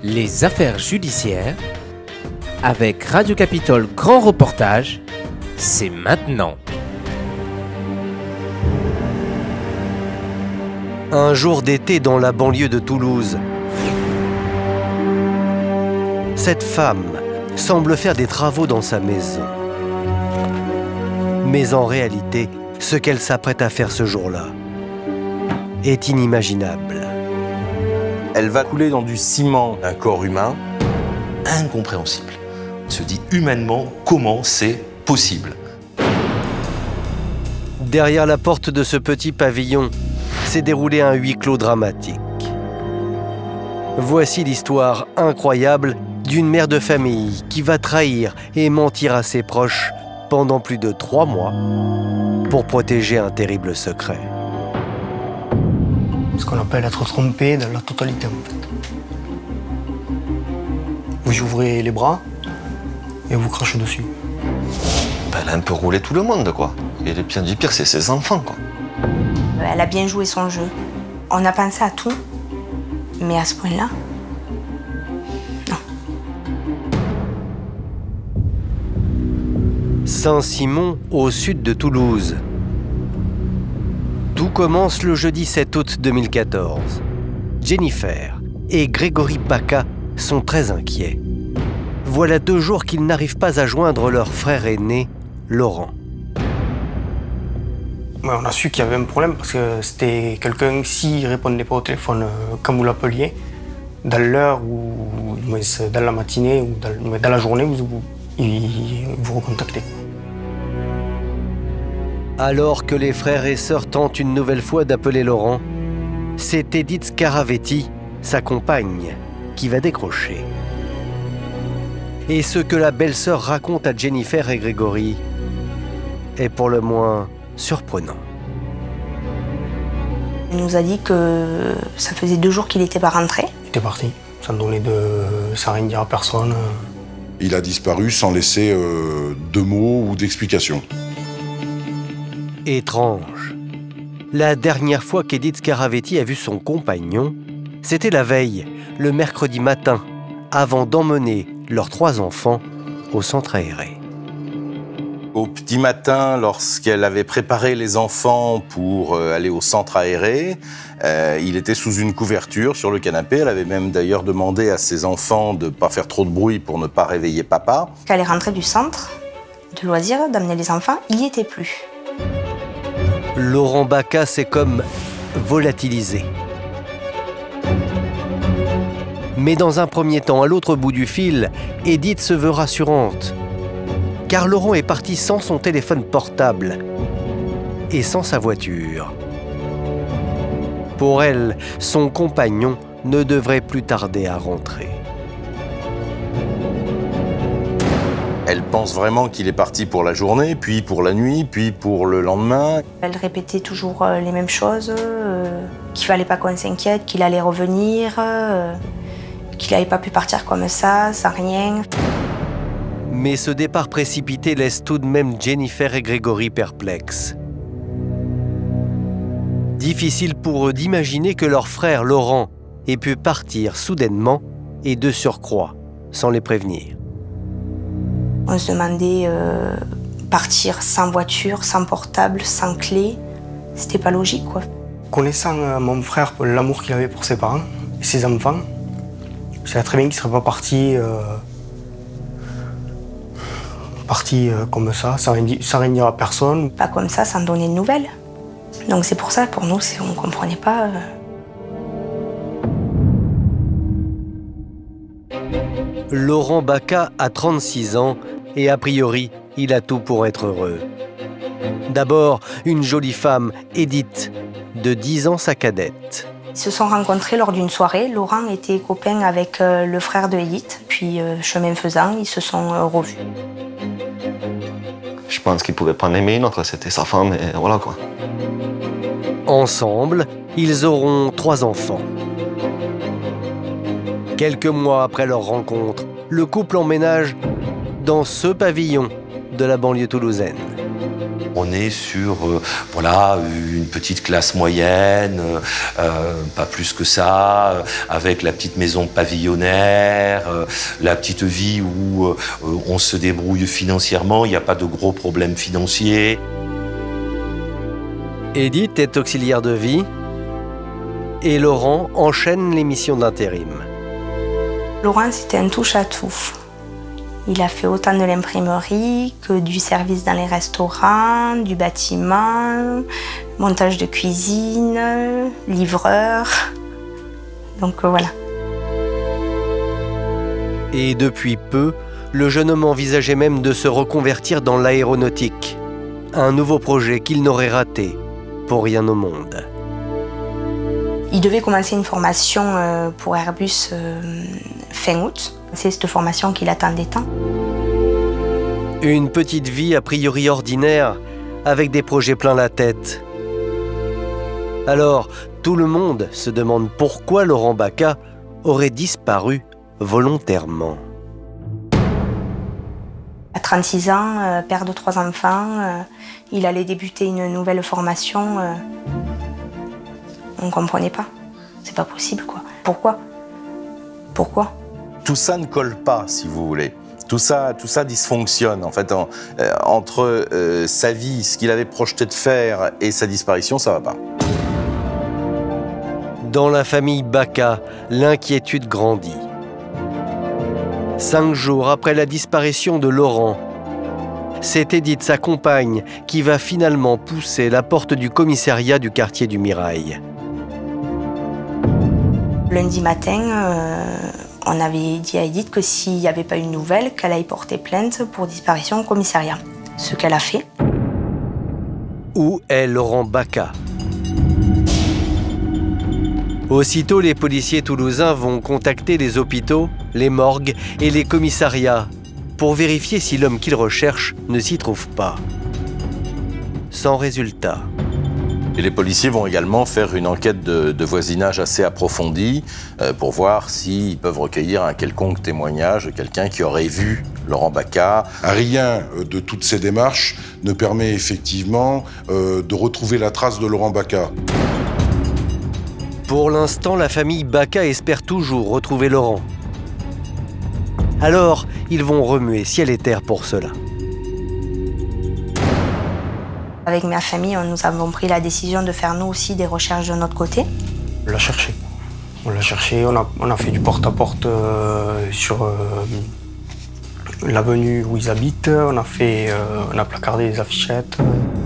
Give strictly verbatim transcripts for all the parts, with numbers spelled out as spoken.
Les affaires judiciaires, avec Radio Capitole Grand Reportage, c'est maintenant. Un jour d'été dans la banlieue de Toulouse. Cette femme semble faire des travaux dans sa maison. Mais en réalité, ce qu'elle s'apprête à faire ce jour-là est inimaginable. Elle va couler dans du ciment un corps humain. Incompréhensible. On se dit humainement comment c'est possible. Derrière la porte de ce petit pavillon s'est déroulé un huis clos dramatique. Voici l'histoire incroyable d'une mère de famille qui va trahir et mentir à ses proches pendant plus de trois mois pour protéger un terrible secret. Ce qu'on appelle être trompé dans la totalité, en fait. Vous ouvrez les bras et vous crachez dessus. Ben, elle a un peu roulé tout le monde, quoi. Et le pire du pire, c'est ses enfants, quoi. Elle a bien joué son jeu. On a pensé à tout, mais à ce point-là, non. Saint-Simon, au sud de Toulouse. Tout commence le jeudi sept août deux mille quatorze. Jennifer et Grégory Baca sont très inquiets. Voilà deux jours qu'ils n'arrivent pas à joindre leur frère aîné, Laurent. Ouais, on a su qu'il y avait un problème parce que c'était quelqu'un, s'il ne répondait pas au téléphone euh, quand vous l'appeliez, dans l'heure ou dans la matinée ou dans, dans la journée, vous, vous, il vous recontactait. Alors que les frères et sœurs tentent une nouvelle fois d'appeler Laurent, c'est Edith Scaravetti, sa compagne, qui va décrocher. Et ce que la belle-sœur raconte à Jennifer et Grégory est pour le moins surprenant. Il nous a dit que ça faisait deux jours qu'il n'était pas rentré. Il était parti, sans donner de... sans rien dire à personne. Il a disparu sans laisser euh, de mots ou d'explications. Étrange. La dernière fois qu'Edith Scaravetti a vu son compagnon, c'était la veille, le mercredi matin, avant d'emmener leurs trois enfants au centre aéré. Au petit matin, lorsqu'elle avait préparé les enfants pour aller au centre aéré, euh, il était sous une couverture sur le canapé. Elle avait même d'ailleurs demandé à ses enfants de ne pas faire trop de bruit pour ne pas réveiller papa. Quand elle est rentrée du centre de loisirs, d'amener les enfants, il n'y était plus. Laurent Baca s'est comme volatilisé. Mais dans un premier temps, à l'autre bout du fil, Edith se veut rassurante. Car Laurent est parti sans son téléphone portable et sans sa voiture. Pour elle, son compagnon ne devrait plus tarder à rentrer. Elle pense vraiment qu'il est parti pour la journée, puis pour la nuit, puis pour le lendemain. Elle répétait toujours les mêmes choses, euh, qu'il fallait pas qu'on s'inquiète, qu'il allait revenir, euh, qu'il n'avait pas pu partir comme ça, sans rien. Mais ce départ précipité laisse tout de même Jennifer et Grégory perplexes. Difficile pour eux d'imaginer que leur frère Laurent ait pu partir soudainement et de surcroît, sans les prévenir. On se demandait euh, partir sans voiture, sans portable, sans clé. C'était pas logique, quoi. Connaissant euh, mon frère, l'amour qu'il avait pour ses parents et ses enfants, je savais très bien qu'il ne serait pas parti, euh, parti euh, comme ça, sans rien, sans rien dire à personne. Pas comme ça, sans donner de nouvelles. Donc c'est pour ça, pour nous, on ne comprenait pas. Euh... Laurent Baca a trente-six ans et a priori, il a tout pour être heureux. D'abord, une jolie femme, Edith, de dix ans, sa cadette. Ils se sont rencontrés lors d'une soirée. Laurent était copain avec euh, le frère de Edith. Puis, euh, chemin faisant, ils se sont euh, revus. Je pense qu'il pouvait pas en aimer une autre, c'était sa femme, et voilà quoi. Ensemble, ils auront trois enfants. Quelques mois après leur rencontre, le couple emménage dans ce pavillon de la banlieue toulousaine. On est sur euh, voilà, une petite classe moyenne, euh, pas plus que ça, euh, avec la petite maison pavillonnaire, euh, la petite vie où euh, on se débrouille financièrement, il n'y a pas de gros problèmes financiers. Edith est auxiliaire de vie et Laurent enchaîne les missions d'intérim. Laurent, c'était un touche-à-tout. Il a fait autant de l'imprimerie que du service dans les restaurants, du bâtiment, montage de cuisine, livreur. Donc euh, voilà. Et depuis peu, le jeune homme envisageait même de se reconvertir dans l'aéronautique. Un nouveau projet qu'il n'aurait raté pour rien au monde. Il devait commencer une formation euh, pour Airbus euh, fin août. C'est cette formation qu'il attendait tant. Une petite vie a priori ordinaire, avec des projets plein la tête. Alors, tout le monde se demande pourquoi Laurent Baca aurait disparu volontairement. À trente-six ans, euh, père de trois enfants, euh, il allait débuter une nouvelle formation. Euh, on ne comprenait pas. C'est pas possible, quoi. Pourquoi ? Pourquoi ? Tout ça ne colle pas, si vous voulez. Tout ça, tout ça dysfonctionne. En fait, en, euh, entre euh, sa vie, ce qu'il avait projeté de faire et sa disparition, ça va pas. Dans la famille Baca, l'inquiétude grandit. Cinq jours après la disparition de Laurent, c'est Edith, sa compagne, qui va finalement pousser la porte du commissariat du quartier du Mirail. Lundi matin, euh, on avait dit à Edith que s'il n'y avait pas eu de nouvelles, qu'elle aille porter plainte pour disparition au commissariat. Ce qu'elle a fait. Où est Laurent Baca ? Aussitôt, les policiers toulousains vont contacter les hôpitaux, les morgues et les commissariats pour vérifier si l'homme qu'ils recherchent ne s'y trouve pas. Sans résultat. Et les policiers vont également faire une enquête de, de voisinage assez approfondie euh, pour voir s'ils peuvent recueillir un quelconque témoignage de quelqu'un qui aurait vu Laurent Baca. Rien de toutes ces démarches ne permet effectivement euh, de retrouver la trace de Laurent Baca. Pour l'instant, la famille Baca espère toujours retrouver Laurent. Alors, ils vont remuer ciel et terre pour cela. Avec ma famille, nous avons pris la décision de faire nous aussi des recherches de notre côté. On l'a cherché. On l'a cherché, on a, on a fait du porte-à-porte euh, sur euh, l'avenue où ils habitent. On a, fait, euh, on a placardé des affichettes.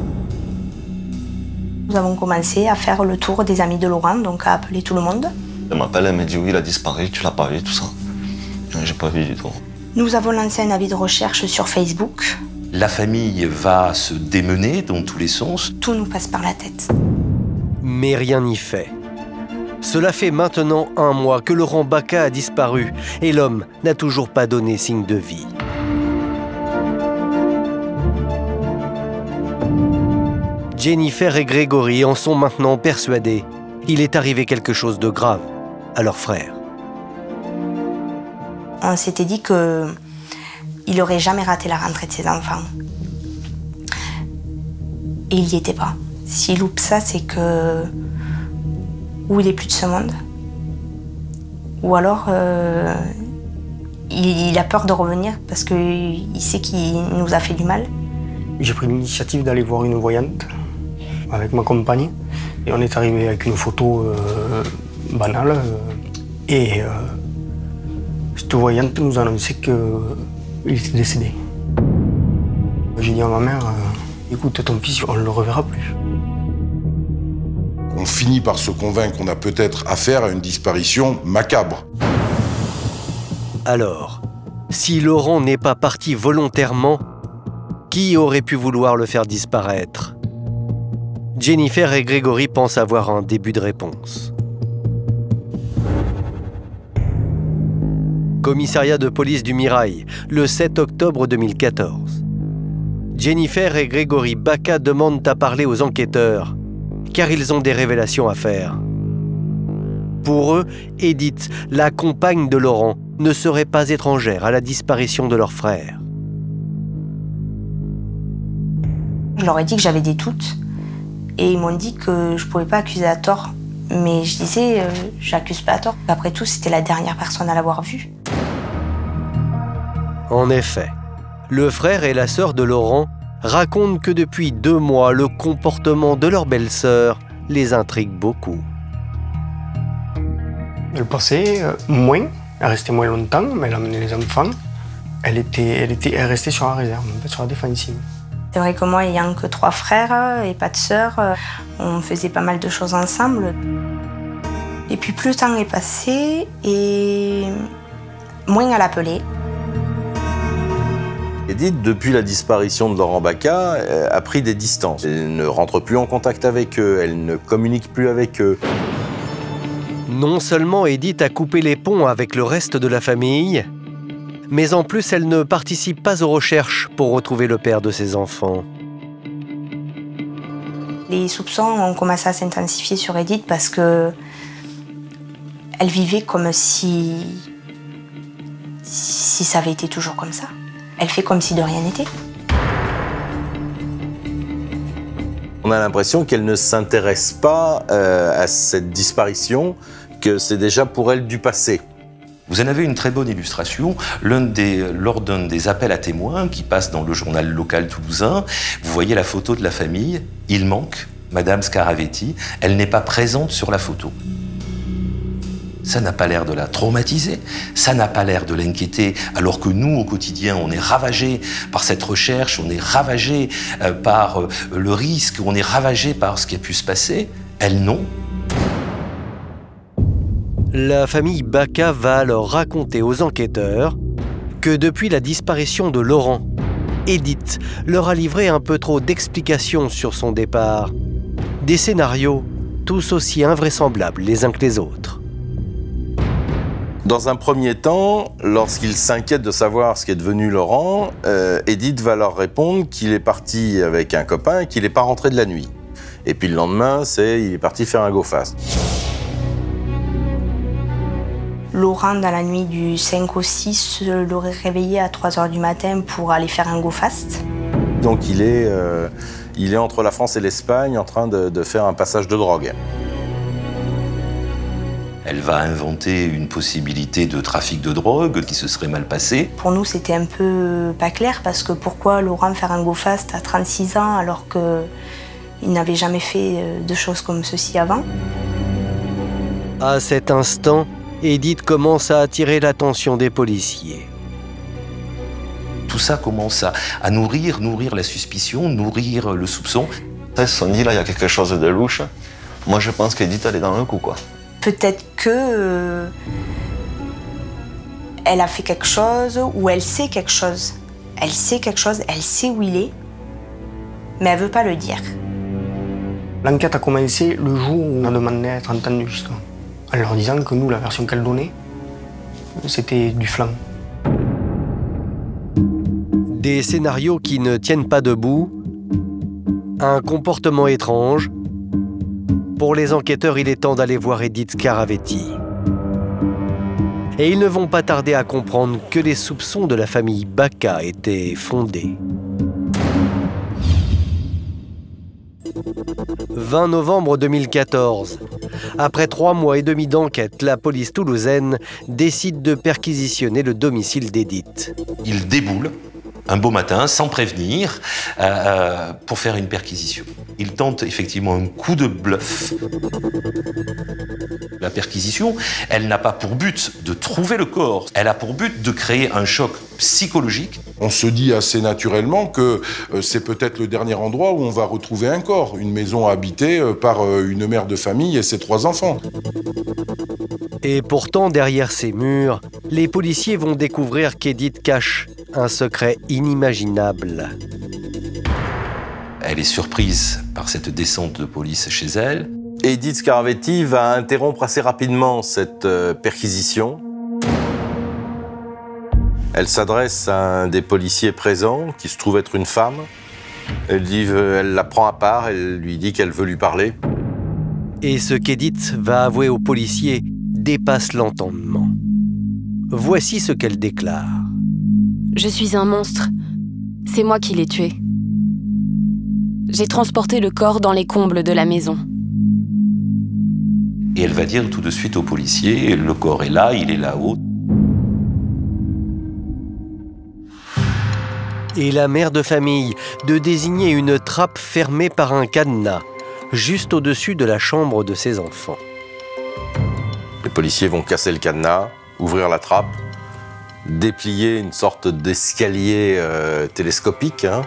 Nous avons commencé à faire le tour des amis de Laurent, donc à appeler tout le monde. Elle m'appelle, elle me dit oui, il a disparu, tu l'as pas vu, tout ça. J'ai pas vu du tout. Nous avons lancé un avis de recherche sur Facebook. La famille va se démener dans tous les sens. Tout nous passe par la tête. Mais rien n'y fait. Cela fait maintenant un mois que Laurent Baca a disparu et l'homme n'a toujours pas donné signe de vie. Jennifer et Grégory en sont maintenant persuadés. Il est arrivé quelque chose de grave à leur frère. On s'était dit que il n'aurait jamais raté la rentrée de ses enfants. Et il n'y était pas. S'il loupe ça, c'est que ou il est plus de ce monde, ou alors euh, il, il a peur de revenir parce qu'il sait qu'il nous a fait du mal. J'ai pris l'initiative d'aller voir une voyante avec ma compagne. Et on est arrivé avec une photo euh, banale. Euh, et euh, cette voyante nous a annoncé qu'il était décédé. J'ai dit à ma mère, euh, écoute, ton fils, on ne le reverra plus. On finit par se convaincre qu'on a peut-être affaire à une disparition macabre. Alors, si Laurent n'est pas parti volontairement, qui aurait pu vouloir le faire disparaître ? Jennifer et Grégory pensent avoir un début de réponse. Commissariat de police du Mirail, le sept octobre deux mille quatorze. Jennifer et Grégory Baca demandent à parler aux enquêteurs, car ils ont des révélations à faire. Pour eux, Edith, la compagne de Laurent, ne serait pas étrangère à la disparition de leur frère. Je leur ai dit que j'avais des doutes et ils m'ont dit que je ne pouvais pas accuser à tort. Mais je disais, euh, j'accuse pas à tort. Après tout, c'était la dernière personne à l'avoir vue. En effet, le frère et la sœur de Laurent racontent que depuis deux mois, le comportement de leur belle-sœur les intrigue beaucoup. Elle passait euh, moins, elle restait moins longtemps, mais elle amenait les enfants. Elle, était, elle, était, elle restait sur la réserve, en fait, sur la défensive. C'est vrai que moi, ayant que trois frères et pas de sœurs, on faisait pas mal de choses ensemble. Et puis plus le temps est passé et moins elle appelait. Edith, depuis la disparition de Laurent Baca, a pris des distances. Elle ne rentre plus en contact avec eux, elle ne communique plus avec eux. Non seulement Edith a coupé les ponts avec le reste de la famille, mais en plus elle ne participe pas aux recherches pour retrouver le père de ses enfants. Les soupçons ont commencé à s'intensifier sur Edith parce que elle vivait comme si, si ça avait été toujours comme ça. Elle fait comme si de rien n'était. On a l'impression qu'elle ne s'intéresse pas euh, à cette disparition, que c'est déjà pour elle du passé. Vous en avez une très bonne illustration l'un des, lors d'un des appels à témoins qui passe dans le journal local toulousain. Vous voyez la photo de la famille, il manque Madame Scaravetti, elle n'est pas présente sur la photo. Ça n'a pas l'air de la traumatiser, ça n'a pas l'air de l'inquiéter, alors que nous, au quotidien, on est ravagés par cette recherche, on est ravagés euh, par euh, le risque, on est ravagés par ce qui a pu se passer. Elle, non. La famille Baca va alors raconter aux enquêteurs que depuis la disparition de Laurent, Edith leur a livré un peu trop d'explications sur son départ. Des scénarios tous aussi invraisemblables les uns que les autres. Dans un premier temps, lorsqu'ils s'inquiètent de savoir ce qu'est devenu Laurent, euh, Edith va leur répondre qu'il est parti avec un copain et qu'il n'est pas rentré de la nuit. Et puis le lendemain, c'est il est parti faire un go fast. Laurent, dans la nuit du cinq au six, l'aurait réveillé à trois heures du matin pour aller faire un go fast. Donc il est, euh, il est entre la France et l'Espagne en train de, de faire un passage de drogue. Elle va inventer une possibilité de trafic de drogue qui se serait mal passé. Pour nous, c'était un peu pas clair parce que pourquoi Laurent faire un go fast à trente-six ans alors qu'il n'avait jamais fait de choses comme ceci avant. À cet instant, Edith commence à attirer l'attention des policiers. Tout ça commence à, à nourrir, nourrir la suspicion, nourrir le soupçon. Ils se sont dit, là, il y a quelque chose de louche. Moi, je pense qu'Edith, elle est dans le coup, quoi. Peut-être que euh, elle a fait quelque chose ou elle sait quelque chose. Elle sait quelque chose, elle sait où il est, mais elle veut pas le dire. L'enquête a commencé le jour où on a demandé à être entendu, justement. En leur disant que nous, la version qu'elle donnait, c'était du flan. Des scénarios qui ne tiennent pas debout, un comportement étrange. Pour les enquêteurs, il est temps d'aller voir Edith Scaravetti. Et ils ne vont pas tarder à comprendre que les soupçons de la famille Baca étaient fondés. vingt novembre deux mille quatorze. Après trois mois et demi d'enquête, la police toulousaine décide de perquisitionner le domicile d'Edith. Il déboule un beau matin, sans prévenir, euh, pour faire une perquisition. Il tente effectivement un coup de bluff. La perquisition, elle n'a pas pour but de trouver le corps, elle a pour but de créer un choc psychologique. On se dit assez naturellement que euh, c'est peut-être le dernier endroit où on va retrouver un corps, une maison habitée euh, par euh, une mère de famille et ses trois enfants. Et pourtant, derrière ces murs, les policiers vont découvrir qu'Edith cache un secret inimaginable. Elle est surprise par cette descente de police chez elle. Edith Scaravetti va interrompre assez rapidement cette euh, perquisition. Elle s'adresse à un des policiers présents, qui se trouve être une femme. Elle, dit, elle la prend à part, elle lui dit qu'elle veut lui parler. Et ce qu'Edith va avouer aux policiers dépasse l'entendement. Voici ce qu'elle déclare. Je suis un monstre. C'est moi qui l'ai tué. j'ai transporté le corps dans les combles de la maison. Et elle va dire tout de suite aux policiers, le corps est là, il est là-haut. Et la mère de famille de désigner une trappe fermée par un cadenas, juste au-dessus de la chambre de ses enfants. Les policiers vont casser le cadenas, ouvrir la trappe, déplier une sorte d'escalier euh, télescopique. Hein.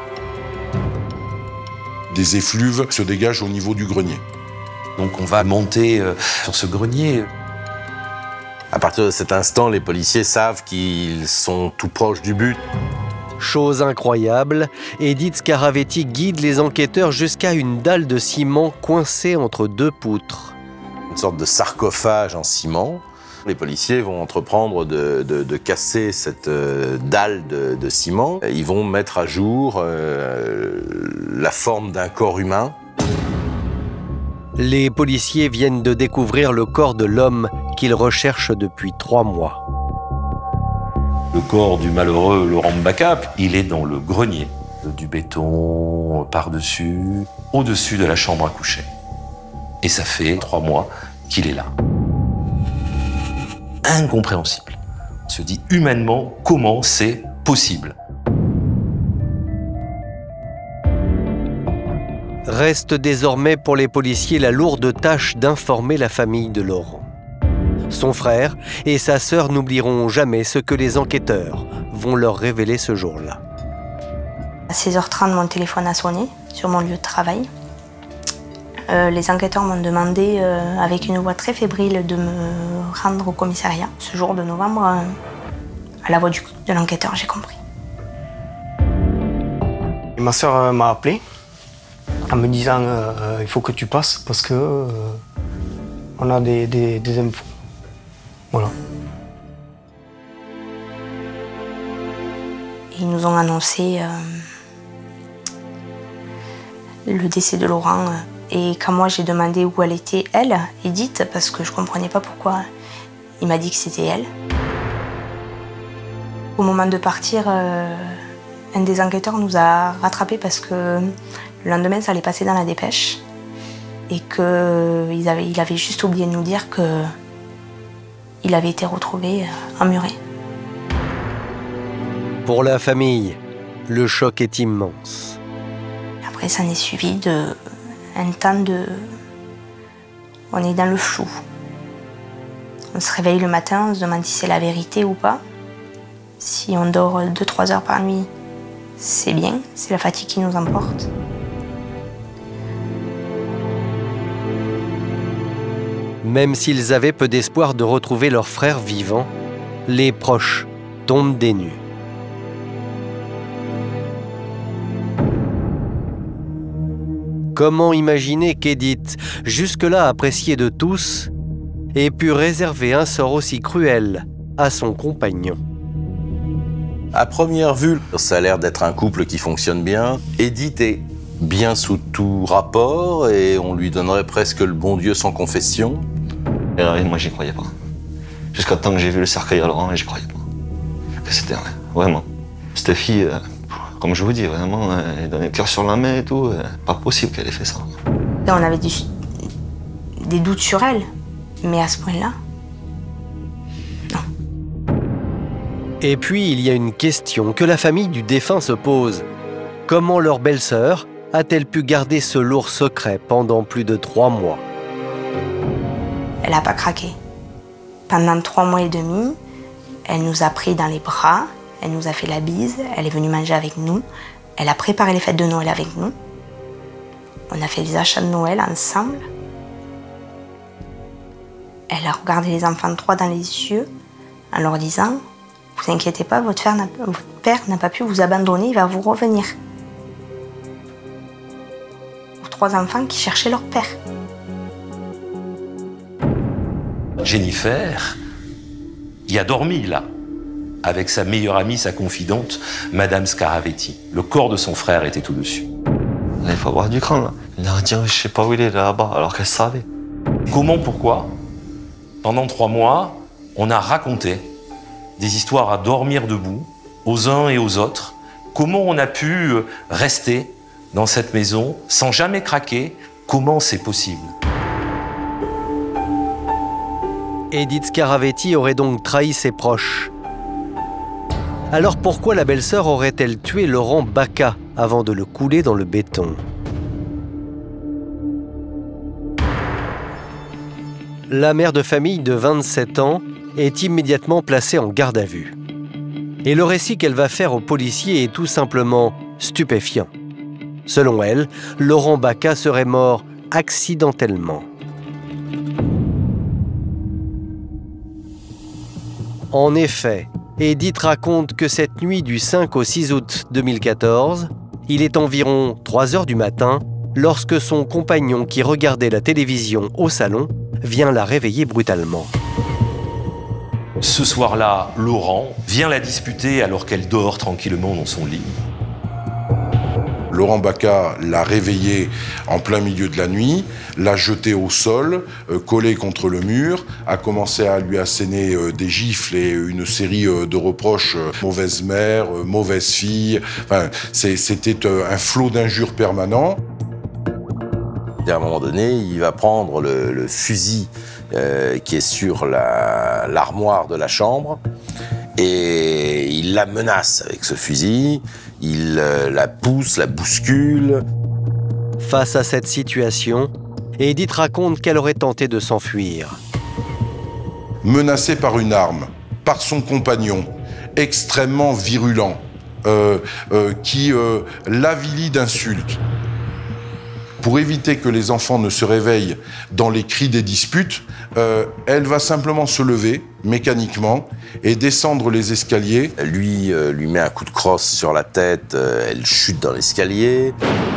Des effluves se dégagent au niveau du grenier. Donc on va monter euh, sur ce grenier. À partir de cet instant, les policiers savent qu'ils sont tout proches du but. Chose incroyable, Edith Scaravetti guide les enquêteurs jusqu'à une dalle de ciment coincée entre deux poutres. Une sorte de sarcophage en ciment. Les policiers vont entreprendre de, de, de casser cette euh, dalle de, de ciment. Ils vont mettre à jour euh, la forme d'un corps humain. Les policiers viennent de découvrir le corps de l'homme qu'ils recherchent depuis trois mois. Le corps du malheureux Laurent Mbaka, il est dans le grenier. Du béton par-dessus, au-dessus de la chambre à coucher. Et ça fait trois mois qu'il est là. Incompréhensible. On se dit humainement comment c'est possible. Reste désormais pour les policiers la lourde tâche d'informer la famille de Laurent. Son frère et sa sœur n'oublieront jamais ce que les enquêteurs vont leur révéler ce jour-là. À seize heures trente, mon téléphone a sonné sur mon lieu de travail. Euh, les enquêteurs m'ont demandé, euh, avec une voix très fébrile, de me rendre au commissariat. Ce jour de novembre, euh, à la voix du, de l'enquêteur, j'ai compris. Et ma sœur euh, m'a appelé en me disant euh, il faut que tu passes parce que euh, on a des, des, des infos. Voilà. Ils nous ont annoncé euh, le décès de Laurent. Et quand moi j'ai demandé où elle était, elle, Edith, parce que je ne comprenais pas pourquoi, il m'a dit que c'était elle. Au moment de partir, euh, un des enquêteurs nous a rattrapés parce que le lendemain ça allait passer dans la dépêche. Et qu'il avait, il avait juste oublié de nous dire qu'il avait été retrouvé emmuré. Pour la famille, le choc est immense. Après, ça n'est suivi de un temps de... On est dans le flou. On se réveille le matin, on se demande si c'est la vérité ou pas. Si on dort deux trois heures par nuit, c'est bien, c'est la fatigue qui nous emporte. Même s'ils avaient peu d'espoir de retrouver leur frère vivant, les proches tombent des nues. Comment imaginer qu'Edith, jusque-là appréciée de tous, ait pu réserver un sort aussi cruel à son compagnon? À première vue, ça a l'air d'être un couple qui fonctionne bien. Edith est bien sous tout rapport et on lui donnerait presque le bon Dieu sans confession. Et là, moi, j'y croyais pas. Jusqu'à temps que j'ai vu le cercueil à Laurent, j'y croyais pas. Que c'était vrai, vraiment. Cette fille, euh, comme je vous dis, vraiment, elle donnait le cœur sur la main et tout. Euh, pas possible qu'elle ait fait ça. Et on avait du, des doutes sur elle, mais à ce point-là, non. Et puis, il y a une question que la famille du défunt se pose. Comment leur belle-sœur a-t-elle pu garder ce lourd secret pendant plus de trois mois? Elle n'a pas craqué. Pendant trois mois et demi, elle nous a pris dans les bras, elle nous a fait la bise, elle est venue manger avec nous, elle a préparé les fêtes de Noël avec nous. On a fait les achats de Noël ensemble. Elle a regardé les enfants de trois dans les yeux en leur disant « Vous inquiétez pas, votre père n'a, votre père n'a pas pu vous abandonner, il va vous revenir. » Aux trois enfants qui cherchaient leur père. Jennifer y a dormi là, avec sa meilleure amie, sa confidente, Madame Scaravetti. Le corps de son frère était au-dessus. Là, il faut avoir du cran, là. Il a dit, je sais pas où il est, là-bas, alors qu'elle savait. Comment, pourquoi? Pendant trois mois, on a raconté des histoires à dormir debout, aux uns et aux autres. Comment on a pu rester dans cette maison sans jamais craquer. Comment c'est possible ? Edith Scaravetti aurait donc trahi ses proches. Alors pourquoi la belle-sœur aurait-elle tué Laurent Baca avant de le couler dans le béton ? La mère de famille de vingt-sept ans est immédiatement placée en garde à vue. Et le récit qu'elle va faire aux policiers est tout simplement stupéfiant. Selon elle, Laurent Baca serait mort accidentellement. En effet, Edith raconte que cette nuit du cinq au six août deux mille quatorze, il est environ trois heures du matin lorsque son compagnon qui regardait la télévision au salon vient la réveiller brutalement. Ce soir-là, Laurent vient la disputer alors qu'elle dort tranquillement dans son lit. Laurent Baca l'a réveillée en plein milieu de la nuit, l'a jetée au sol, euh, collée contre le mur, a commencé à lui asséner euh, des gifles et une série euh, de reproches, euh, mauvaise mère, euh, mauvaise fille. Enfin, c'est, c'était euh, un flot d'injures permanent. Et à un moment donné, il va prendre le, le fusil euh, qui est sur la, l'armoire de la chambre et il la menace avec ce fusil. Il euh, la pousse, la bouscule. Face à cette situation, Edith raconte qu'elle aurait tenté de s'enfuir. Menacée par une arme, par son compagnon, extrêmement virulent, euh, euh, qui euh, l'avilit d'insultes. Pour éviter que les enfants ne se réveillent dans les cris des disputes, euh, elle va simplement se lever mécaniquement et descendre les escaliers. Lui euh, lui met un coup de crosse sur la tête, euh, elle chute dans l'escalier.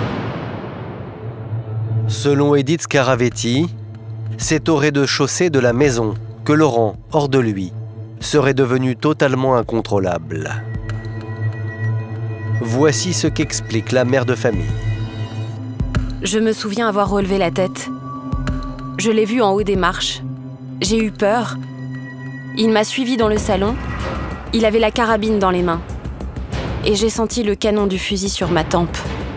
Selon Edith Scaravetti, c'est au rez-de-chaussée de la maison que Laurent, hors de lui, serait devenu totalement incontrôlable. Voici ce qu'explique la mère de famille. Je me souviens avoir relevé la tête. Je l'ai vu en haut des marches. J'ai eu peur. Il m'a suivi dans le salon. Il avait la carabine dans les mains. Et j'ai senti le canon du fusil sur ma tempe.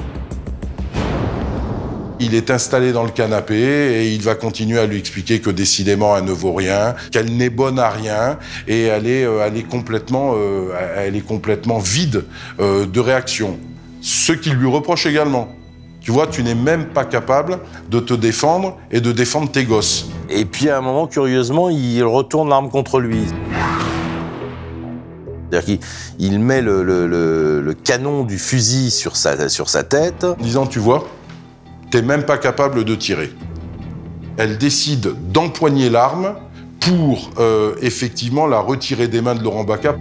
Il est installé dans le canapé et il va continuer à lui expliquer que décidément elle ne vaut rien, qu'elle n'est bonne à rien et elle est, euh, elle est, complètement, euh, elle est complètement vide euh, de réaction. Ce qu'il lui reproche également. Tu vois, tu n'es même pas capable de te défendre et de défendre tes gosses. Et puis à un moment, curieusement, il retourne l'arme contre lui. C'est-à-dire qu'il il met le, le, le, le canon du fusil sur sa, sur sa tête. En disant, tu vois, t'es même pas capable de tirer. Elle décide d'empoigner l'arme pour euh, effectivement la retirer des mains de Laurent Baca.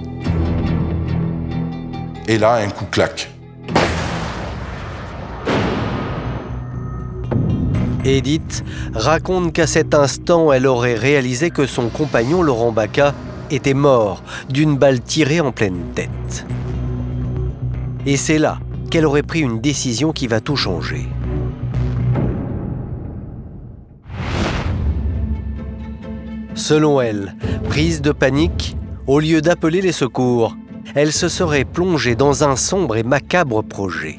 Et là, un coup claque. Edith raconte qu'à cet instant, elle aurait réalisé que son compagnon Laurent Baca était mort d'une balle tirée en pleine tête. Et c'est là qu'elle aurait pris une décision qui va tout changer. Selon elle, prise de panique, au lieu d'appeler les secours, elle se serait plongée dans un sombre et macabre projet.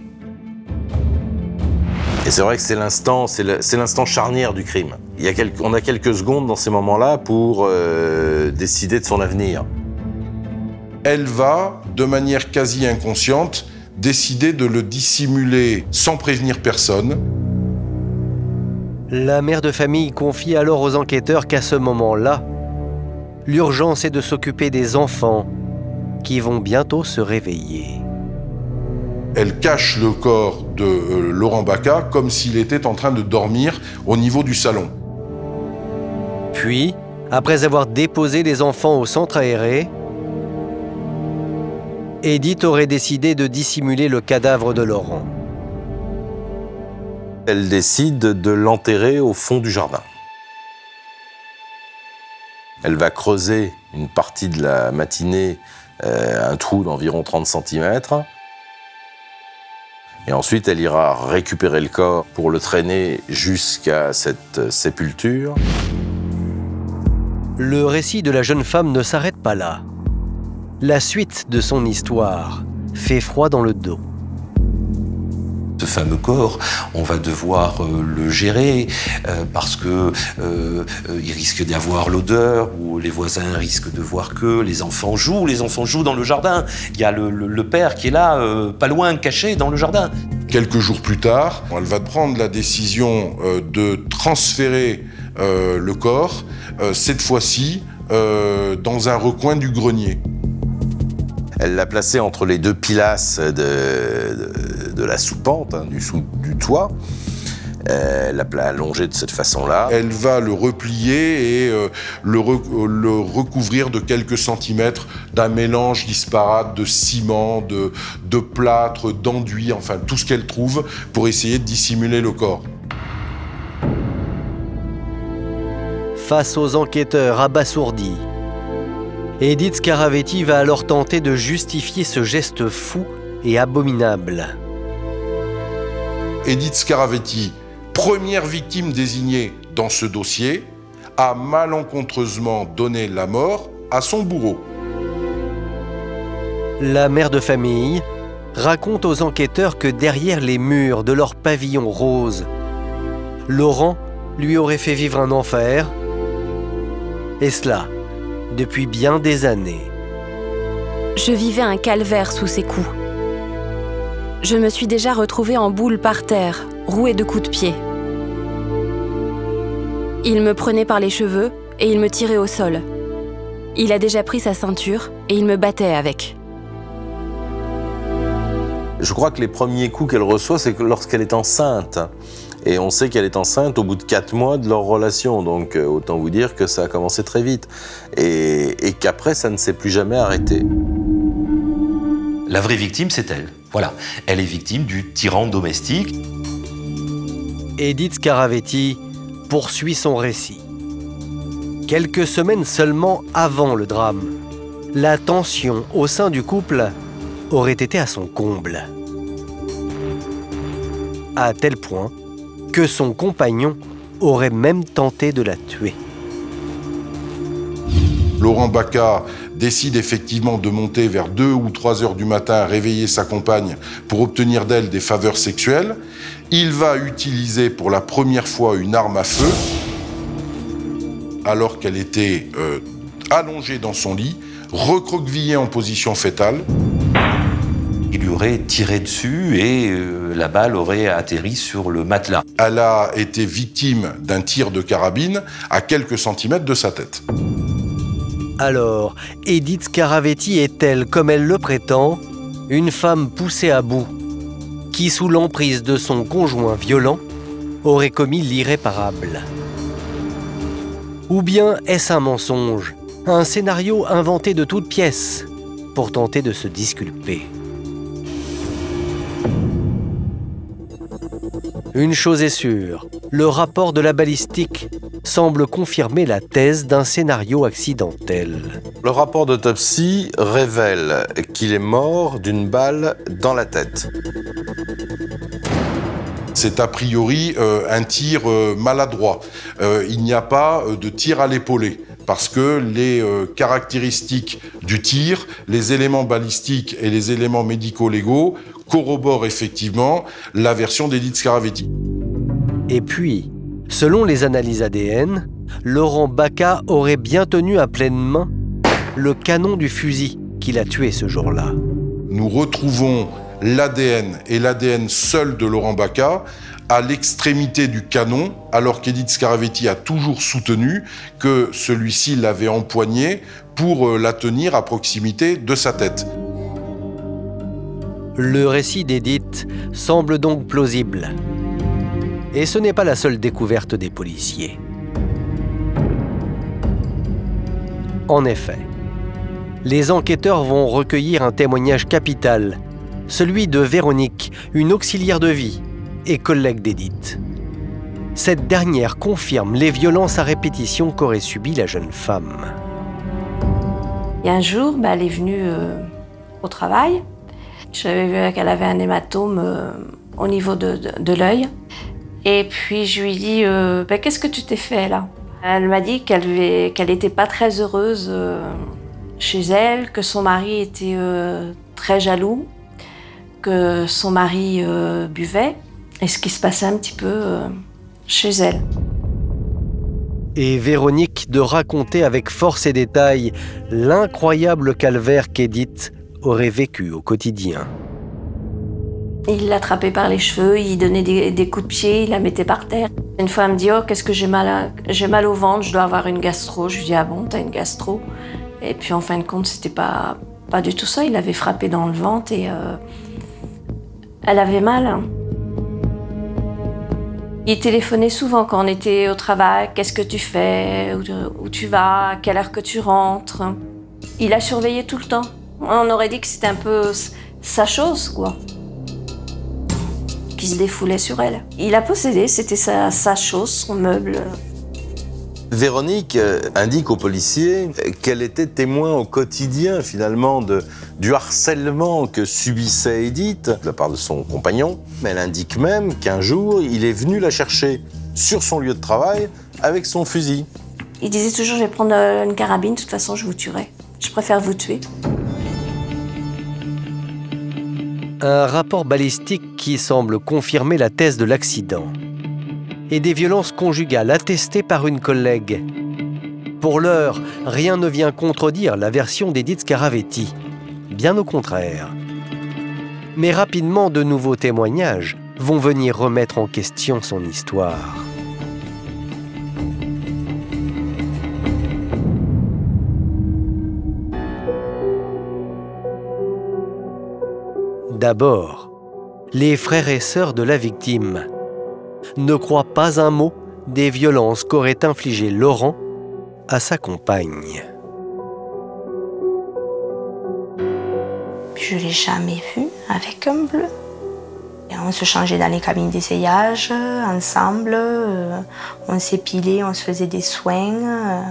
Et c'est vrai que c'est l'instant, c'est, le, c'est l'instant charnière du crime. Il y a quelques, on a quelques secondes dans ces moments-là pour euh, décider de son avenir. Elle va, de manière quasi inconsciente, décider de le dissimuler sans prévenir personne. La mère de famille confie alors aux enquêteurs qu'à ce moment-là, l'urgence est de s'occuper des enfants qui vont bientôt se réveiller. Elle cache le corps de euh, Laurent Baca comme s'il était en train de dormir au niveau du salon. Puis, après avoir déposé les enfants au centre aéré, Edith aurait décidé de dissimuler le cadavre de Laurent. Elle décide de l'enterrer au fond du jardin. Elle va creuser une partie de la matinée, euh, un trou d'environ trente centimètres. Et ensuite, elle ira récupérer le corps pour le traîner jusqu'à cette sépulture. Le récit de la jeune femme ne s'arrête pas là. La suite de son histoire fait froid dans le dos. ce fameux corps, on va devoir euh, le gérer euh, parce que euh, euh, il risque d'y avoir l'odeur, ou les voisins risquent de voir que les enfants jouent, les enfants jouent dans le jardin. Il y a le, le, le père qui est là, euh, pas loin, caché dans le jardin. Quelques jours plus tard, elle va prendre la décision euh, de transférer euh, le corps, euh, cette fois-ci euh, dans un recoin du grenier. Elle l'a placé entre les deux pilasses de, de, de la soupente, hein, du, sous, du toit. Euh, elle l'a allongé de cette façon-là. Elle va le replier et euh, le, re, le recouvrir de quelques centimètres d'un mélange disparate de ciment, de, de plâtre, d'enduit, enfin tout ce qu'elle trouve pour essayer de dissimuler le corps. Face aux enquêteurs abasourdis, Edith Scaravetti va alors tenter de justifier ce geste fou et abominable. Edith Scaravetti, première victime désignée dans ce dossier, a malencontreusement donné la mort à son bourreau. La mère de famille raconte aux enquêteurs que derrière les murs de leur pavillon rose, Laurent lui aurait fait vivre un enfer, et cela depuis bien des années. Je vivais un calvaire sous ses coups. Je me suis déjà retrouvée en boule par terre, rouée de coups de pied. Il me prenait par les cheveux et il me tirait au sol. Il a déjà pris sa ceinture et il me battait avec. Je crois que les premiers coups qu'elle reçoit, c'est que lorsqu'elle est enceinte. Et on sait qu'elle est enceinte au bout de quatre mois de leur relation. Donc euh, autant vous dire que ça a commencé très vite. Et, et qu'après, ça ne s'est plus jamais arrêté. La vraie victime, c'est elle. Voilà. Elle est victime du tyran domestique. Edith Scaravetti poursuit son récit. Quelques semaines seulement avant le drame, la tension au sein du couple aurait été à son comble. À tel point que son compagnon aurait même tenté de la tuer. Laurent Baca décide effectivement de monter vers deux ou trois heures du matin, réveiller sa compagne pour obtenir d'elle des faveurs sexuelles. Il va utiliser pour la première fois une arme à feu, alors qu'elle était euh, allongée dans son lit, recroquevillée en position fétale. Il lui aurait tiré dessus et euh, la balle aurait atterri sur le matelas. Elle a été victime d'un tir de carabine à quelques centimètres de sa tête. Alors, Edith Scaravetti est-elle, comme elle le prétend, une femme poussée à bout, qui, sous l'emprise de son conjoint violent, aurait commis l'irréparable? Ou bien est-ce un mensonge, un scénario inventé de toutes pièces pour tenter de se disculper? Une chose est sûre, le rapport de la balistique semble confirmer la thèse d'un scénario accidentel. Le rapport d'autopsie révèle qu'il est mort d'une balle dans la tête. C'est a priori euh, un tir euh, maladroit. Euh, il n'y a pas euh, de tir à l'épaulé, parce que les euh, caractéristiques du tir, les éléments balistiques et les éléments médico-légaux corroborent effectivement la version d'Edith Scaravetti. Et puis, selon les analyses A D N, Laurent Baca aurait bien tenu à pleine main le canon du fusil qui l'a tué ce jour-là. Nous retrouvons l'A D N et l'A D N seul de Laurent Baca à l'extrémité du canon, alors qu'Edith Scaravetti a toujours soutenu que celui-ci l'avait empoigné pour la tenir à proximité de sa tête. Le récit d'Edith semble donc plausible. Et ce n'est pas la seule découverte des policiers. En effet, les enquêteurs vont recueillir un témoignage capital, celui de Véronique, une auxiliaire de vie et collègue d'Edith. Cette dernière confirme les violences à répétition qu'aurait subies la jeune femme. Il y a un jour, bah, elle est venue euh, au travail. J'avais vu qu'elle avait un hématome euh, au niveau de, de, de l'œil. Et puis je lui ai dit euh, bah, « Qu'est-ce que tu t'es fait là ?» Elle m'a dit qu'elle n'était pas très heureuse euh, chez elle, que son mari était euh, très jaloux, que son mari euh, buvait et ce qui se passait un petit peu euh, chez elle. Et Véronique de raconter avec force et détails l'incroyable calvaire qu'Edith aurait vécu au quotidien. Il l'attrapait par les cheveux, il donnait des, des coups de pied, il la mettait par terre. Une fois, elle me dit « Oh, qu'est-ce que j'ai mal, à... j'ai mal au ventre, je dois avoir une gastro. » Je lui dis « Ah bon, t'as une gastro ?» Et puis en fin de compte, c'était pas, pas du tout ça. Il l'avait frappé dans le ventre et euh... elle avait mal. Hein. Il téléphonait souvent quand on était au travail. « Qu'est-ce que tu fais? Où tu vas? À quelle heure que tu rentres ?» Il la surveillait tout le temps. On aurait dit que c'était un peu sa chose, quoi. Qui se défoulait sur elle. Il la possédait, c'était sa, sa chose, son meuble. Véronique indique aux policiers qu'elle était témoin au quotidien, finalement, de, du harcèlement que subissait Edith de la part de son compagnon. Elle indique même qu'un jour, il est venu la chercher sur son lieu de travail avec son fusil. Il disait toujours « Je vais prendre une carabine, de toute façon, je vous tuerai. Je préfère vous tuer. » Un rapport balistique qui semble confirmer la thèse de l'accident. Et des violences conjugales attestées par une collègue. Pour l'heure, rien ne vient contredire la version d'Edith Scaravetti. Bien au contraire. Mais rapidement, de nouveaux témoignages vont venir remettre en question son histoire. D'abord, les frères et sœurs de la victime ne croient pas un mot des violences qu'aurait infligées Laurent à sa compagne. Je ne l'ai jamais vu avec un bleu. Et on se changeait dans les cabines d'essayage, ensemble, euh, on s'épilait, on se faisait des soins. Euh.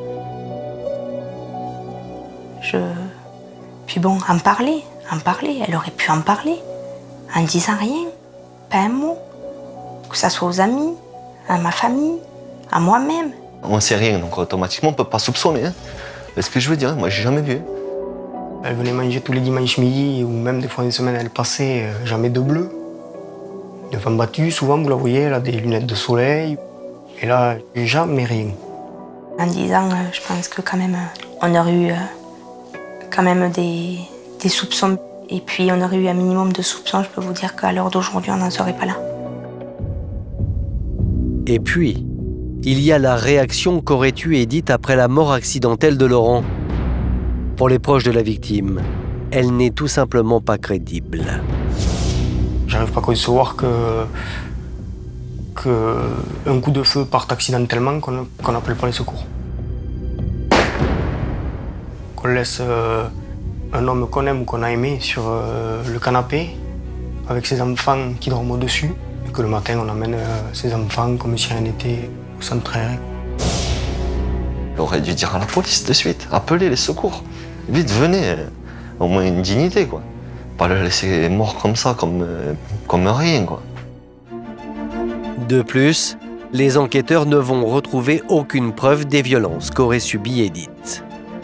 Je... Puis bon, en parler. En parler, elle aurait pu en parler, en disant rien, pas un mot, que ça soit aux amis, à ma famille, à moi-même. On ne sait rien, donc automatiquement on ne peut pas soupçonner. Hein. C'est ce que je veux dire, moi j'ai jamais vu. Elle venait manger tous les dimanches midi, ou même des fois une semaine elle passait, euh, jamais de bleu. Une femme battue, souvent vous la voyez, elle a des lunettes de soleil, et là, jamais rien. En disant, euh, je pense que quand même, on aurait eu euh, quand même des... des soupçons. Et puis on aurait eu un minimum de soupçons, je peux vous dire qu'à l'heure d'aujourd'hui, on n'en serait pas là. Et puis, il y a la réaction qu'aurait eue Edith après la mort accidentelle de Laurent. Pour les proches de la victime, elle n'est tout simplement pas crédible. J'arrive pas à concevoir que, que un coup de feu parte accidentellement, qu'on qu'on n'appelle pas les secours. Qu'on laisse... Euh, un homme qu'on aime ou qu'on a aimé sur euh, le canapé avec ses enfants qui dorment au-dessus et que le matin on amène euh, ses enfants comme si rien n'était au centre aéré. Il aurait dû dire à la police de suite, appeler les secours. Vite, venez, au moins une dignité, quoi. Pas le laisser mort comme ça, comme, euh, comme rien, quoi. De plus, les enquêteurs ne vont retrouver aucune preuve des violences qu'aurait subies Edith.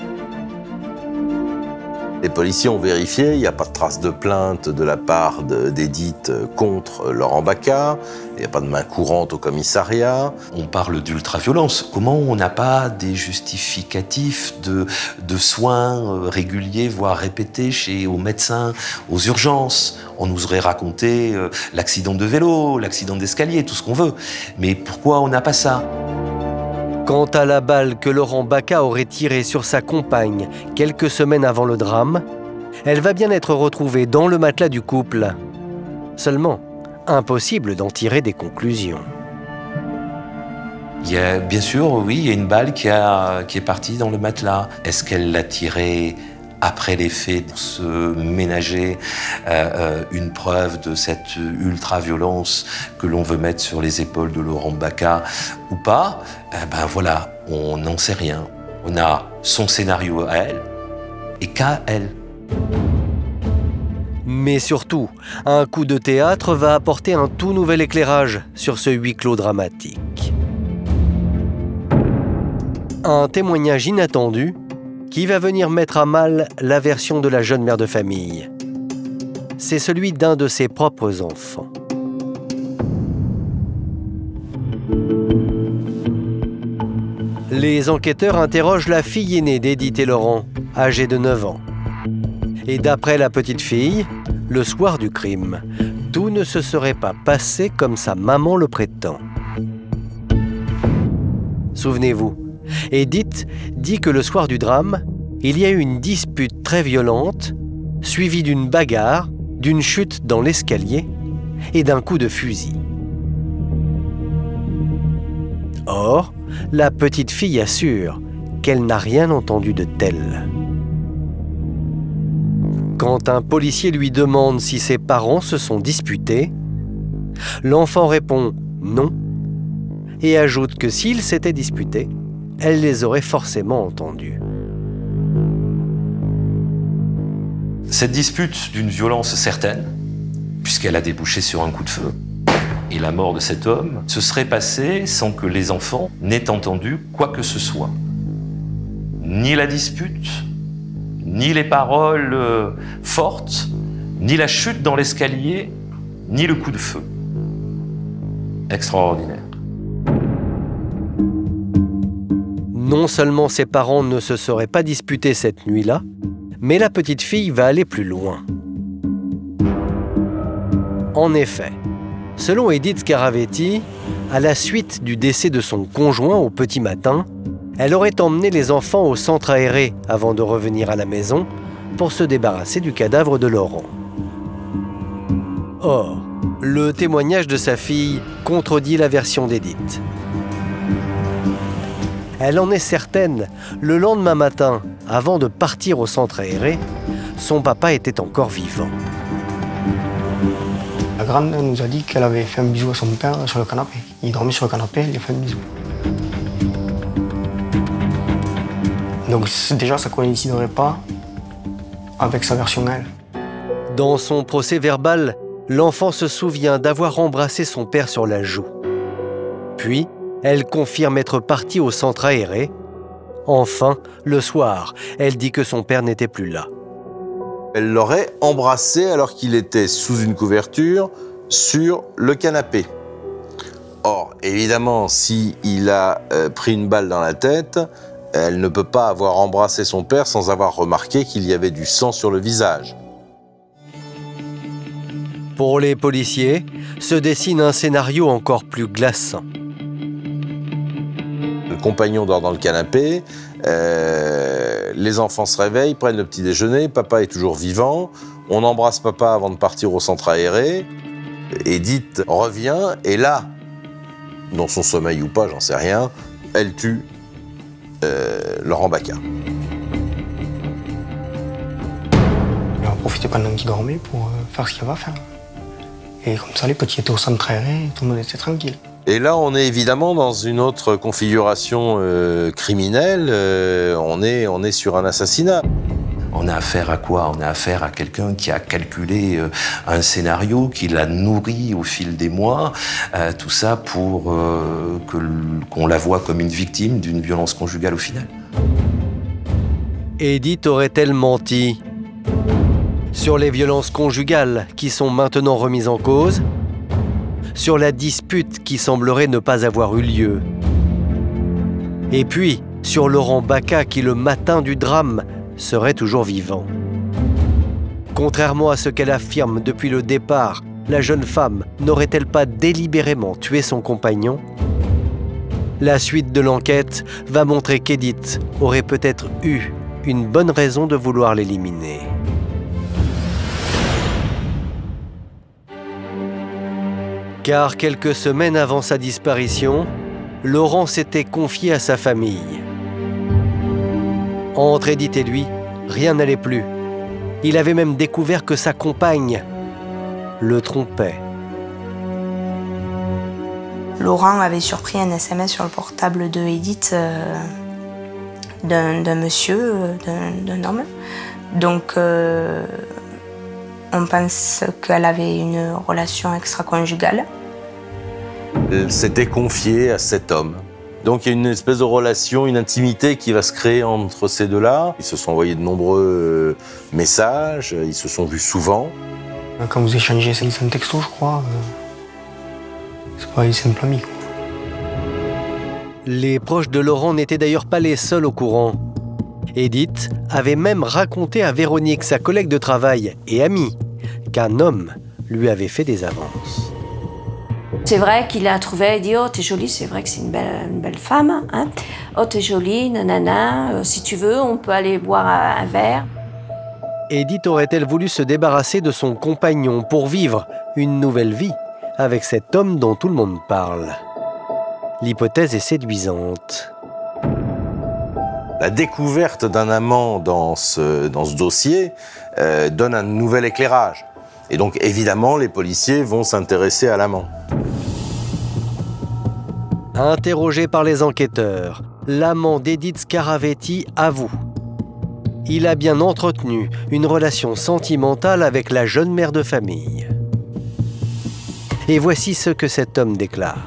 Les policiers ont vérifié, il n'y a pas de trace de plainte de la part d'Edith contre Laurent Bacca, il n'y a pas de main courante au commissariat. On parle d'ultraviolence. Comment on n'a pas des justificatifs de, de soins réguliers, voire répétés chez, aux médecins, aux urgences? On nous aurait raconté euh, l'accident de vélo, l'accident d'escalier, tout ce qu'on veut. Mais pourquoi on n'a pas ça? Quant à la balle que Laurent Bacca aurait tirée sur sa compagne quelques semaines avant le drame, elle va bien être retrouvée dans le matelas du couple. Seulement, impossible d'en tirer des conclusions. Il y a, bien sûr, oui, il y a une balle qui, a, qui est partie dans le matelas. Est-ce qu'elle l'a tirée après les faits pour se ménager euh, euh, une preuve de cette ultra-violence que l'on veut mettre sur les épaules de Laurent Bacca ou pas? Eh ben voilà, on n'en sait rien. On a son scénario à elle et qu'à elle. Mais surtout, un coup de théâtre va apporter un tout nouvel éclairage sur ce huis clos dramatique. Un témoignage inattendu qui va venir mettre à mal la version de la jeune mère de famille. c'est celui d'un de ses propres enfants. Les enquêteurs interrogent la fille aînée d'Edith et Laurent, âgée de neuf ans. Et d'après la petite fille, le soir du crime, tout ne se serait pas passé comme sa maman le prétend. Souvenez-vous, Edith dit que le soir du drame, il y a eu une dispute très violente, suivie d'une bagarre, d'une chute dans l'escalier et d'un coup de fusil. Or, la petite fille assure qu'elle n'a rien entendu de tel. Quand un policier lui demande si ses parents se sont disputés, l'enfant répond non et ajoute que s'ils s'étaient disputés, elle les aurait forcément entendus. Cette dispute d'une violence certaine, puisqu'elle a débouché sur un coup de feu, et la mort de cet homme se serait passée sans que les enfants n'aient entendu quoi que ce soit. Ni la dispute, ni les paroles euh, fortes, ni la chute dans l'escalier, ni le coup de feu. Extraordinaire. Non seulement ses parents ne se seraient pas disputés cette nuit-là, mais la petite fille va aller plus loin. En effet, selon Edith Scaravetti, à la suite du décès de son conjoint au petit matin, elle aurait emmené les enfants au centre aéré avant de revenir à la maison pour se débarrasser du cadavre de Laurent. Or, le témoignage de sa fille contredit la version d'Edith. Elle en est certaine, le lendemain matin, avant de partir au centre aéré, son papa était encore vivant. La grande nous a dit qu'elle avait fait un bisou à son père sur le canapé. Il dormait sur le canapé, elle lui a fait un bisou. Donc déjà, ça ne coïnciderait pas avec sa version elle. Dans son procès verbal, l'enfant se souvient d'avoir embrassé son père sur la joue. Puis, elle confirme être partie au centre aéré. Enfin, le soir, elle dit que son père n'était plus là. Elle l'aurait embrassé alors qu'il était sous une couverture sur le canapé. Or, évidemment, s'il a euh, pris une balle dans la tête, elle ne peut pas avoir embrassé son père sans avoir remarqué qu'il y avait du sang sur le visage. Pour les policiers, se dessine un scénario encore plus glaçant. Le compagnon dort dans le canapé, euh, les enfants se réveillent, prennent le petit déjeuner, papa est toujours vivant, on embrasse papa avant de partir au centre aéré, Edith revient, et là, dans son sommeil ou pas, j'en sais rien, elle tue euh, Laurent Baca. Il a profité pendant qu'il dormait pour euh, faire ce qu'il va faire. Et comme ça, les petits étaient au centre aéré, tout le monde était tranquille. Et là, on est évidemment dans une autre configuration euh, criminelle. Euh, on est, on est sur un assassinat. On a affaire à quoi? On a affaire à quelqu'un qui a calculé euh, un scénario, qui l'a nourri au fil des mois, euh, tout ça pour euh, que, qu'on la voie comme une victime d'une violence conjugale au final. Edith aurait-elle menti sur les violences conjugales qui sont maintenant remises en cause? Sur la dispute qui semblerait ne pas avoir eu lieu? Et puis, sur Laurent Baca qui, le matin du drame, serait toujours vivant. Contrairement à ce qu'elle affirme depuis le départ, la jeune femme n'aurait-elle pas délibérément tué son compagnon? La suite de l'enquête va montrer qu'Edith aurait peut-être eu une bonne raison de vouloir l'éliminer. Car quelques semaines avant sa disparition, Laurent s'était confié à sa famille. Entre Edith et lui, rien n'allait plus. Il avait même découvert que sa compagne le trompait. Laurent avait surpris un S M S sur le portable de Edith euh, d'un, d'un monsieur, d'un, d'un homme. Donc, euh, on pense qu'elle avait une relation extra-conjugale. Elle s'était confiée à cet homme. Donc il y a une espèce de relation, une intimité qui va se créer entre ces deux-là. Ils se sont envoyés de nombreux messages, ils se sont vus souvent. Quand vous échangez cinq cents textos, je crois, euh, c'est pas une simple amie. Quoi. Les proches de Laurent n'étaient d'ailleurs pas les seuls au courant. Edith avait même raconté à Véronique, sa collègue de travail et amie, qu'un homme lui avait fait des avances. C'est vrai qu'il a trouvé, il dit « Oh, t'es jolie, c'est vrai que c'est une belle, une belle femme. Hein. Oh, t'es jolie, nanana, euh, si tu veux, on peut aller boire un, un verre. » Edith aurait-elle voulu se débarrasser de son compagnon pour vivre une nouvelle vie avec cet homme dont tout le monde parle? L'hypothèse est séduisante. La découverte d'un amant dans ce, dans ce dossier euh, donne un nouvel éclairage. Et donc, évidemment, les policiers vont s'intéresser à l'amant. Interrogé par les enquêteurs, l'amant d'Edith Scaravetti avoue. Il a bien entretenu une relation sentimentale avec la jeune mère de famille. Et voici ce que cet homme déclare.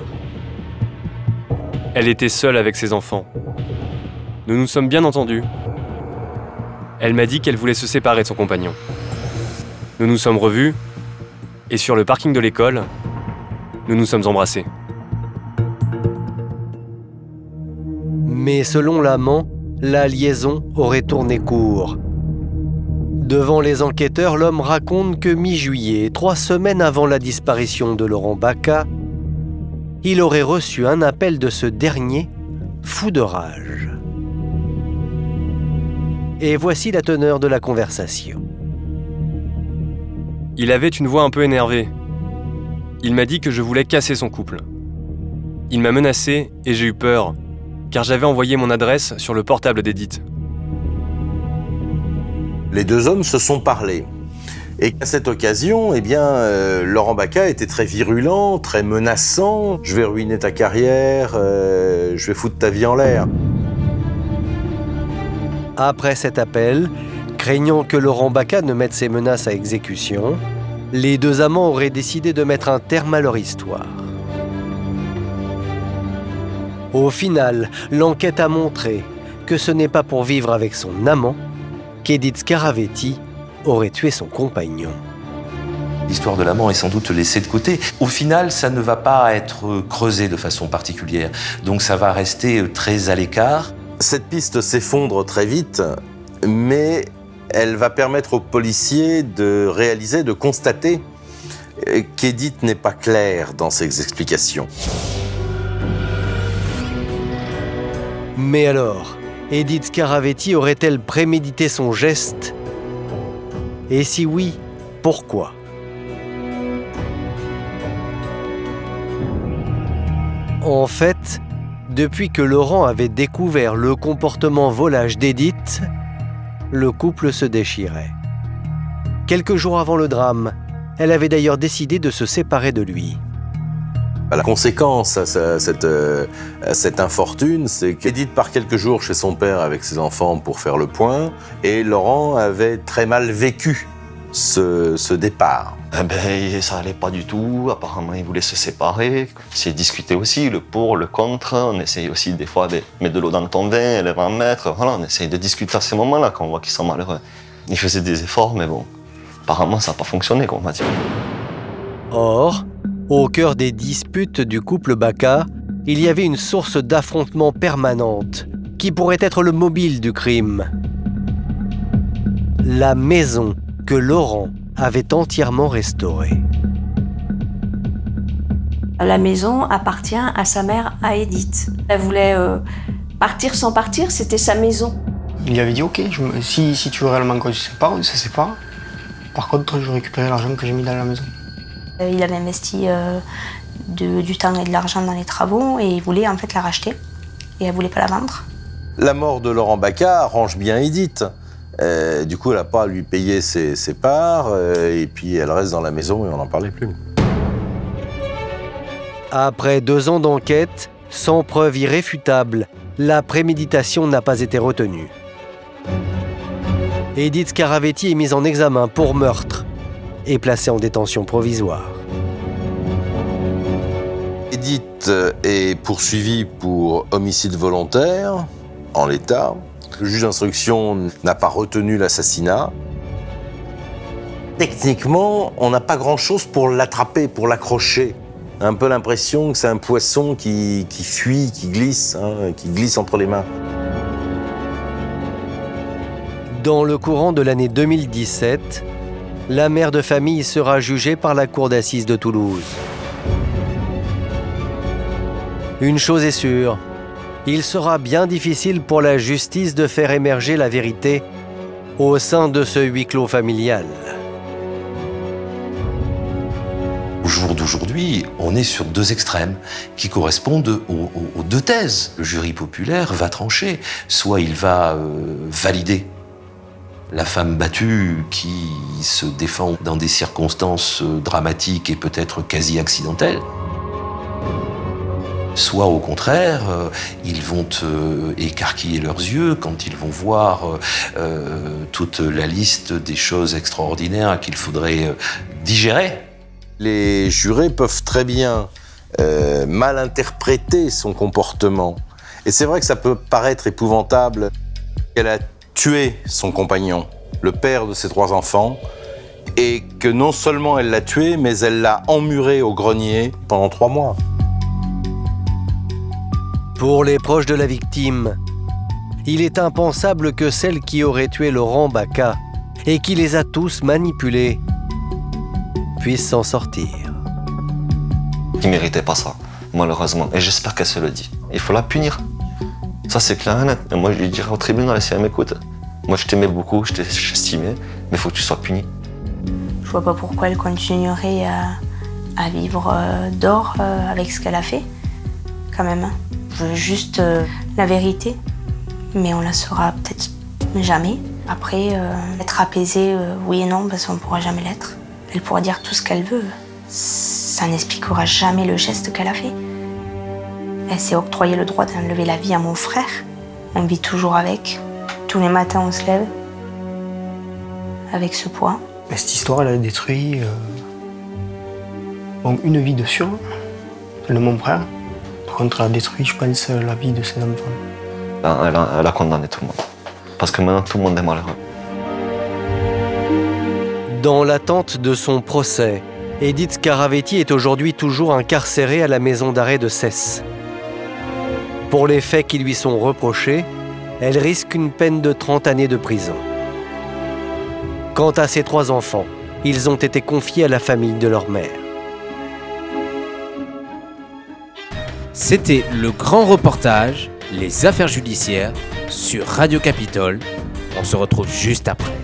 Elle était seule avec ses enfants. Nous nous sommes bien entendus. Elle m'a dit qu'elle voulait se séparer de son compagnon. Nous nous sommes revus, et sur le parking de l'école, nous nous sommes embrassés. Mais selon l'amant, la liaison aurait tourné court. Devant les enquêteurs, l'homme raconte que mi-juillet, trois semaines avant la disparition de Laurent Baca, il aurait reçu un appel de ce dernier, fou de rage. Et voici la teneur de la conversation. Il avait une voix un peu énervée. Il m'a dit que je voulais casser son couple. Il m'a menacé et j'ai eu peur, car j'avais envoyé mon adresse sur le portable d'Edith. Les deux hommes se sont parlé. Et à cette occasion, eh bien, euh, Laurent Baca était très virulent, très menaçant. Je vais ruiner ta carrière, euh, je vais foutre ta vie en l'air. Après cet appel, craignant que Laurent Baca ne mette ses menaces à exécution, les deux amants auraient décidé de mettre un terme à leur histoire. Au final, l'enquête a montré que ce n'est pas pour vivre avec son amant qu'Edith Scaravetti aurait tué son compagnon. L'histoire de l'amant est sans doute laissée de côté. Au final, ça ne va pas être creusé de façon particulière. Donc ça va rester très à l'écart. Cette piste s'effondre très vite, mais elle va permettre aux policiers de réaliser, de constater qu'Edith n'est pas claire dans ses explications. Mais alors, Edith Scaravetti aurait-elle prémédité son geste? Et si oui, pourquoi? En fait, depuis que Laurent avait découvert le comportement volage d'Edith, le couple se déchirait. Quelques jours avant le drame, elle avait d'ailleurs décidé de se séparer de lui. La conséquence à cette, à cette infortune, c'est qu'Edith part quelques jours chez son père avec ses enfants pour faire le point, et Laurent avait très mal vécu ce, ce départ. Eh ben, ça allait pas du tout, apparemment il voulait se séparer. C'est discuté aussi, le pour, le contre, on essaye aussi des fois de mettre de l'eau dans ton vin, elle va en mettre, voilà, on essaye de discuter à ces moments-là quand on voit qu'ils sont malheureux. Il faisait des efforts, mais bon, apparemment ça n'a pas fonctionné, on va dire. Or, au cœur des disputes du couple Baca, il y avait une source d'affrontement permanente qui pourrait être le mobile du crime. La maison que Laurent avait entièrement restaurée. La maison appartient à sa mère, à Edith. Elle voulait euh, partir sans partir, c'était sa maison. Il lui avait dit ok, je me... si, si tu veux réellement qu'on se sépare, on se sépare. Par contre, je récupérais l'argent que j'ai mis dans la maison. Il avait investi euh, de, du temps et de l'argent dans les travaux et il voulait en fait la racheter. Et elle voulait pas la vendre. La mort de Laurent Baca arrange bien Edith. Euh, du coup, elle n'a pas à lui payer ses, ses parts euh, et puis elle reste dans la maison et on n'en parlait plus. Après deux ans d'enquête, sans preuve irréfutable, la préméditation n'a pas été retenue. Edith Scaravetti est mise en examen pour meurtre et placée en détention provisoire. Edith est poursuivie pour homicide volontaire, en l'état. Le juge d'instruction n'a pas retenu l'assassinat. Techniquement, on n'a pas grand-chose pour l'attraper, pour l'accrocher. Un peu l'impression que c'est un poisson qui, qui fuit, qui glisse, hein, qui glisse entre les mains. Dans le courant de l'année deux mille dix-sept, la mère de famille sera jugée par la cour d'assises de Toulouse. Une chose est sûre, il sera bien difficile pour la justice de faire émerger la vérité au sein de ce huis clos familial. Au jour d'aujourd'hui, on est sur deux extrêmes qui correspondent aux, aux, aux deux thèses. Le jury populaire va trancher. Soit il va euh, valider la femme battue qui se défend dans des circonstances dramatiques et peut-être quasi accidentelles. Soit au contraire, euh, ils vont euh, écarquiller leurs yeux quand ils vont voir euh, toute la liste des choses extraordinaires qu'il faudrait euh, digérer. Les jurés peuvent très bien euh, mal interpréter son comportement. Et c'est vrai que ça peut paraître épouvantable qu'elle a tué son compagnon, le père de ses trois enfants, et que non seulement elle l'a tué, mais elle l'a emmuré au grenier pendant trois mois. Pour les proches de la victime, il est impensable que celle qui aurait tué Laurent Baca et qui les a tous manipulés puisse s'en sortir. Il ne méritait pas ça, malheureusement. Et j'espère qu'elle se le dit. Il faut la punir. Ça, c'est clair et net. Et moi, je lui dirais au tribunal, si elle m'écoute, moi, je t'aimais beaucoup, je t'estimais, mais il faut que tu sois puni. Je vois pas pourquoi elle continuerait à, à vivre euh, d'or euh, avec ce qu'elle a fait, quand même. Je veux juste euh, la vérité, mais on la saura peut-être jamais. Après, euh, être apaisée, euh, oui et non, parce qu'on ne pourra jamais l'être. Elle pourra dire tout ce qu'elle veut. Ça n'expliquera jamais le geste qu'elle a fait. Elle s'est octroyé le droit d'enlever la vie à mon frère. On vit toujours avec. Tous les matins, on se lève avec ce poids. Mais cette histoire, elle a détruit euh, bon, une vie de sûr, celle de mon frère. Par contre, elle a détruit, je pense, la vie de ses enfants. Elle a, elle a condamné tout le monde. Parce que maintenant, tout le monde est malheureux. Dans l'attente de son procès, Edith Caravetti est aujourd'hui toujours incarcérée à la maison d'arrêt de Cesse. Pour les faits qui lui sont reprochés, elle risque une peine de trente années de prison. Quant à ses trois enfants, ils ont été confiés à la famille de leur mère. C'était le grand reportage, les affaires judiciaires, sur Radio Capitole. On se retrouve juste après.